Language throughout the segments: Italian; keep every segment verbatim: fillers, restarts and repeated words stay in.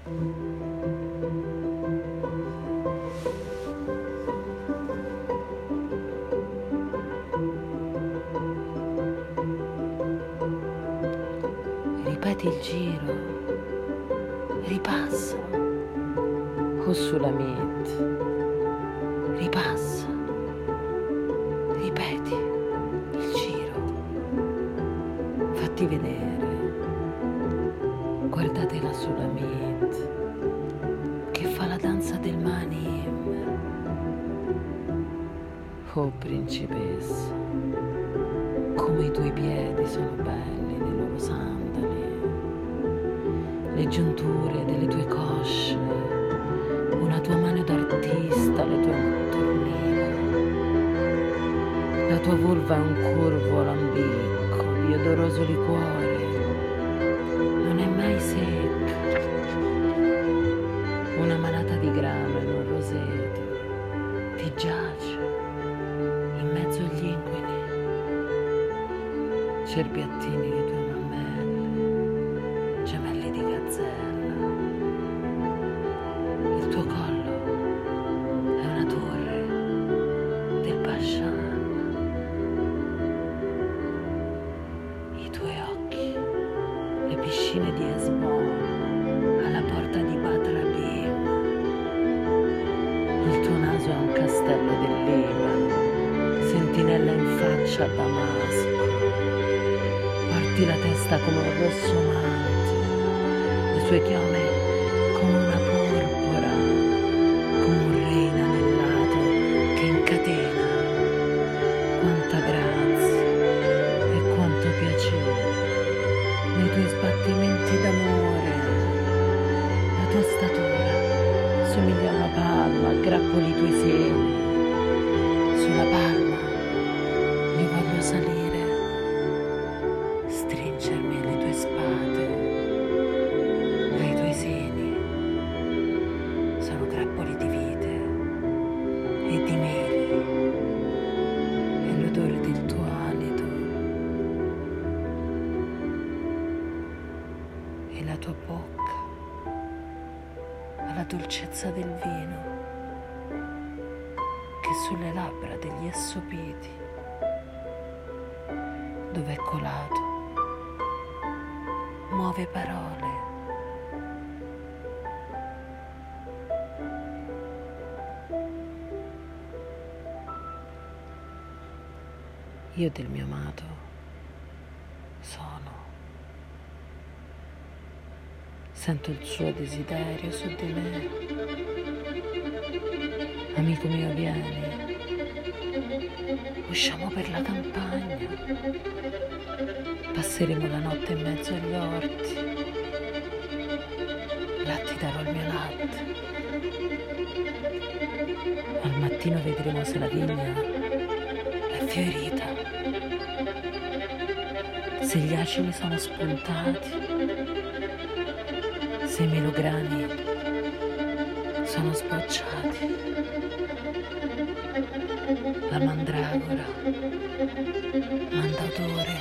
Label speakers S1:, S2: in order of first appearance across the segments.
S1: Ripeti il giro, ripassa, o Sulamit, ripassa, ripeti il giro, fatti vedere, guardate la Sulamit che fa la danza del Manim. Oh principessa, come i tuoi piedi sono belli nei loro sandali, le giunture delle tue cosce, una tua mano d'artista, le tue mattornine, la tua vulva è un curvo alambicco di odoroso liquore, non è mai secca, una manata di grano in un roseto ti giace in mezzo agli inquini, cerbiattini di tue mammelle, gemelli di gazzella. Il tuo collo è una torre del Bashan. I tuoi occhi, le piscine di Esbon alla porta di Batrabim. Il tuo naso è un castello del Libano, sentinella in faccia a Damasco. Porti la testa come un rosso manto, le sue chiome come una porpora, come un re inanellato che incatena. Quanta grazia e quanto piacere nei tuoi sbattimenti d'amore. La tua statura somiglia a una palma, aggrappoli i tuoi seni. Sulla palma io voglio salire, stringermi alle tue spate, ai tuoi seni. Sono grappoli di vite e di meli e l'odore del tuo alito e la tua bocca ha la dolcezza del vino che sulle labbra degli assopiti, dove è colato, muove parole. Io del mio amato sono. Sento il suo desiderio su di me. Amico mio, vieni, usciamo per la campagna, passeremo la notte in mezzo agli orti, là ti darò il mio latte, al mattino vedremo se la vigna è fiorita, se gli acini sono spuntati, se i melograni sono sbocciati. La mandragora manda odore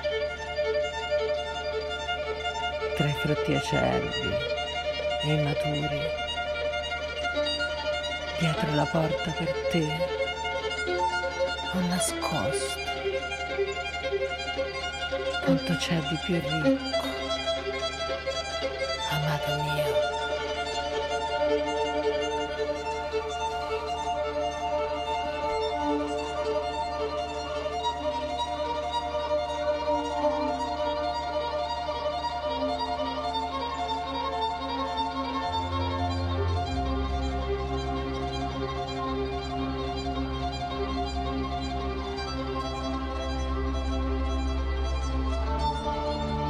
S1: tra i frutti acerbi e i maturi, dietro la porta per te ho nascosto quanto c'è di più ricco, amato mio.